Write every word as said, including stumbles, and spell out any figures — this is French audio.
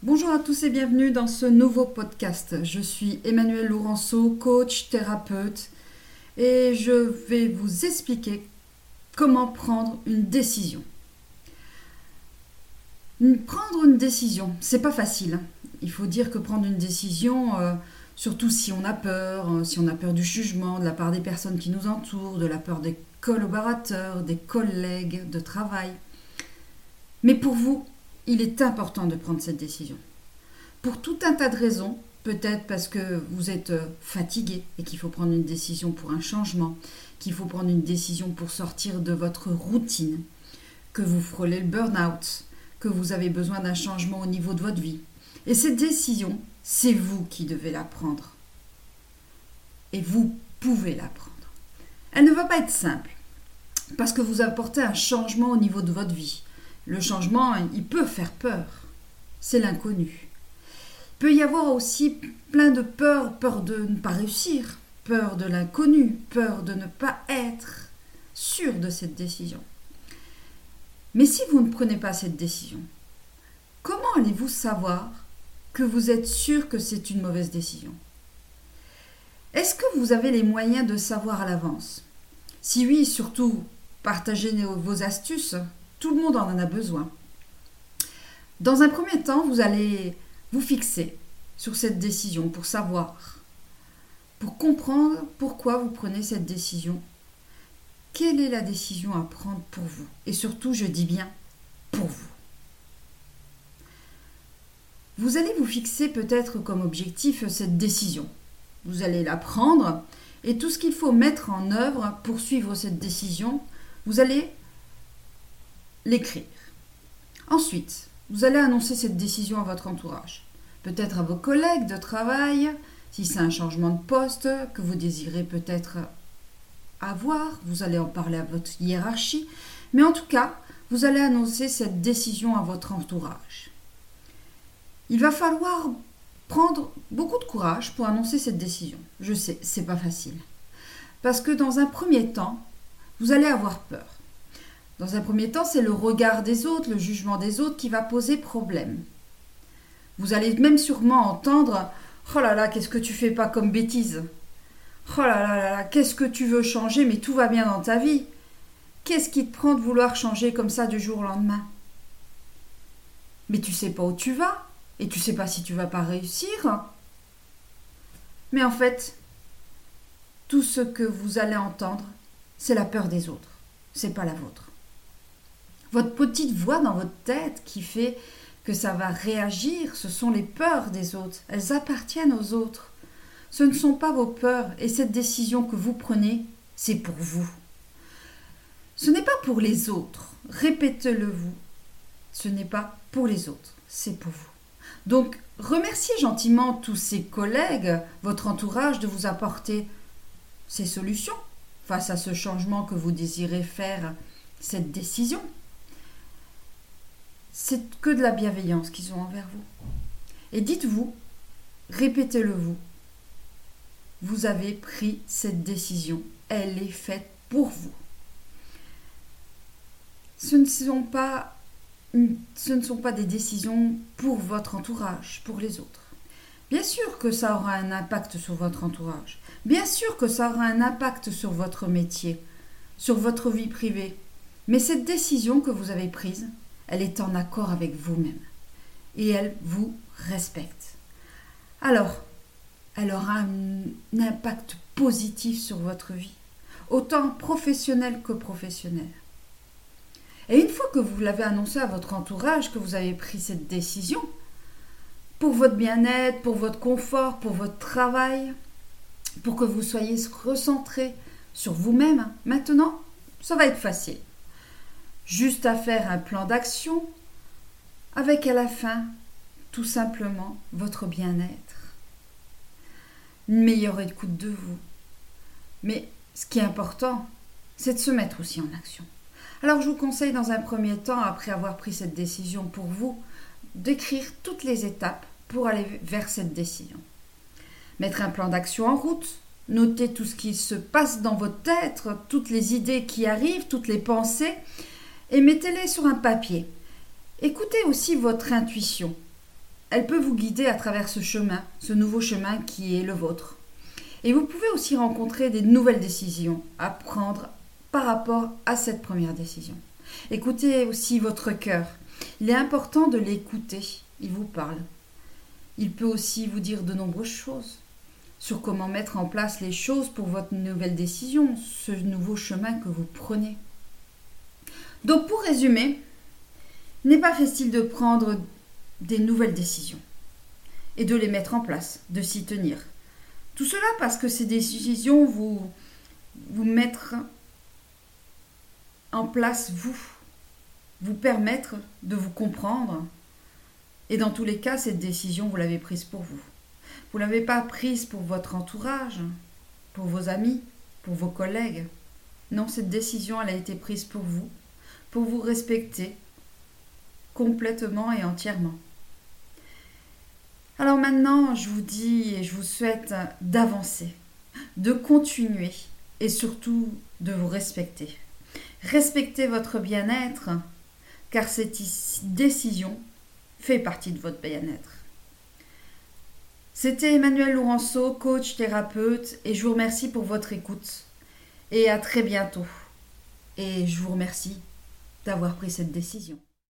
Bonjour à tous et bienvenue dans ce nouveau podcast. Je suis Emmanuelle Lourenço, coach, thérapeute, et je vais vous expliquer comment prendre une décision. Prendre une décision, c'est pas facile. Il faut dire que prendre une décision, euh, surtout si on a peur, euh, si on a peur du jugement de la part des personnes qui nous entourent, de la peur des collaborateurs, des collègues de travail. Mais pour vous, il est important de prendre cette décision. Pour tout un tas de raisons, peut-être parce que vous êtes fatigué et qu'il faut prendre une décision pour un changement, qu'il faut prendre une décision pour sortir de votre routine, que vous frôlez le burn-out, que vous avez besoin d'un changement au niveau de votre vie. Et cette décision, c'est vous qui devez la prendre. Et vous pouvez la prendre. Elle ne va pas être simple, parce que vous apportez un changement au niveau de votre vie. Le changement, il peut faire peur. C'est l'inconnu. Il peut y avoir aussi plein de peurs, peur de ne pas réussir, peur de l'inconnu, peur de ne pas être sûr de cette décision. Mais si vous ne prenez pas cette décision, comment allez-vous savoir que vous êtes sûr que c'est une mauvaise décision? Est-ce que vous avez les moyens de savoir à l'avance? Si oui, surtout, partagez vos astuces. Tout le monde en a besoin. Dans un premier temps, vous allez vous fixer sur cette décision pour savoir, pour comprendre pourquoi vous prenez cette décision. Quelle est la décision à prendre pour vous? Et surtout, je dis bien pour vous. Vous allez vous fixer peut-être comme objectif cette décision. Vous allez la prendre et tout ce qu'il faut mettre en œuvre pour suivre cette décision, vous allez l'écrire. Ensuite, vous allez annoncer cette décision à votre entourage, peut-être à vos collègues de travail, si c'est un changement de poste que vous désirez peut-être avoir, vous allez en parler à votre hiérarchie, mais en tout cas, vous allez annoncer cette décision à votre entourage. Il va falloir prendre beaucoup de courage pour annoncer cette décision. Je sais, c'est pas facile. Parce que dans un premier temps, vous allez avoir peur. Dans un premier temps, c'est le regard des autres, le jugement des autres qui va poser problème. Vous allez même sûrement entendre « Oh là là, qu'est-ce que tu fais pas comme bêtise ? Oh là là là là, qu'est-ce que tu veux changer, mais tout va bien dans ta vie. Qu'est-ce qui te prend de vouloir changer comme ça du jour au lendemain ? Mais tu sais pas où tu vas, et tu sais pas si tu vas pas réussir. » Mais en fait, tout ce que vous allez entendre, c'est la peur des autres, c'est pas la vôtre. Votre petite voix dans votre tête qui fait que ça va réagir, ce sont les peurs des autres. Elles appartiennent aux autres. Ce ne sont pas vos peurs et cette décision que vous prenez, c'est pour vous. Ce n'est pas pour les autres. Répétez-le vous. Ce n'est pas pour les autres, c'est pour vous. Donc, remerciez gentiment tous ces collègues, votre entourage, de vous apporter ces solutions face à ce changement que vous désirez faire, cette décision. C'est que de la bienveillance qu'ils ont envers vous. Et dites-vous, répétez-le vous, vous avez pris cette décision, elle est faite pour vous. Ce ne sont pas, ce ne sont pas des décisions pour votre entourage, pour les autres. Bien sûr que ça aura un impact sur votre entourage. Bien sûr que ça aura un impact sur votre métier, sur votre vie privée. Mais cette décision que vous avez prise, elle est en accord avec vous-même. Et elle vous respecte. Alors, elle aura un impact positif sur votre vie, autant professionnel que professionnel. Et une fois que vous l'avez annoncé à votre entourage, que vous avez pris cette décision, pour votre bien-être, pour votre confort, pour votre travail, pour que vous soyez recentré sur vous-même, maintenant, ça va être facile. Juste à faire un plan d'action avec à la fin, tout simplement, votre bien-être. Une meilleure écoute de vous. Mais ce qui est important, c'est de se mettre aussi en action. Alors je vous conseille dans un premier temps, après avoir pris cette décision pour vous, d'écrire toutes les étapes pour aller vers cette décision. Mettre un plan d'action en route, noter tout ce qui se passe dans votre tête, toutes les idées qui arrivent, toutes les pensées, et mettez-les sur un papier. Écoutez aussi votre intuition. elle peut vous guider à travers ce chemin, ce nouveau chemin qui est le vôtre. Et vous pouvez aussi rencontrer des nouvelles décisions à prendre par rapport à cette première décision. Écoutez aussi votre cœur. Il est important de l'écouter. Il vous parle. Il peut aussi vous dire de nombreuses choses sur comment mettre en place les choses pour votre nouvelle décision, ce nouveau chemin que vous prenez. Donc pour résumer, il n'est pas facile de prendre des nouvelles décisions et de les mettre en place, de s'y tenir. Tout cela parce que ces décisions vous, vous mettre en place, vous, vous permettre de vous comprendre. Et dans tous les cas, cette décision, vous l'avez prise pour vous. Vous ne l'avez pas prise pour votre entourage, pour vos amis, pour vos collègues. Non, cette décision, elle a été prise pour vous, pour vous respecter complètement et entièrement. Alors maintenant, je vous dis et je vous souhaite d'avancer, de continuer et surtout de vous respecter. Respectez votre bien-être, car cette décision fait partie de votre bien-être. C'était Emmanuelle Lourenço, coach thérapeute, et je vous remercie pour votre écoute. Et à très bientôt. Et je vous remercie d'avoir pris cette décision.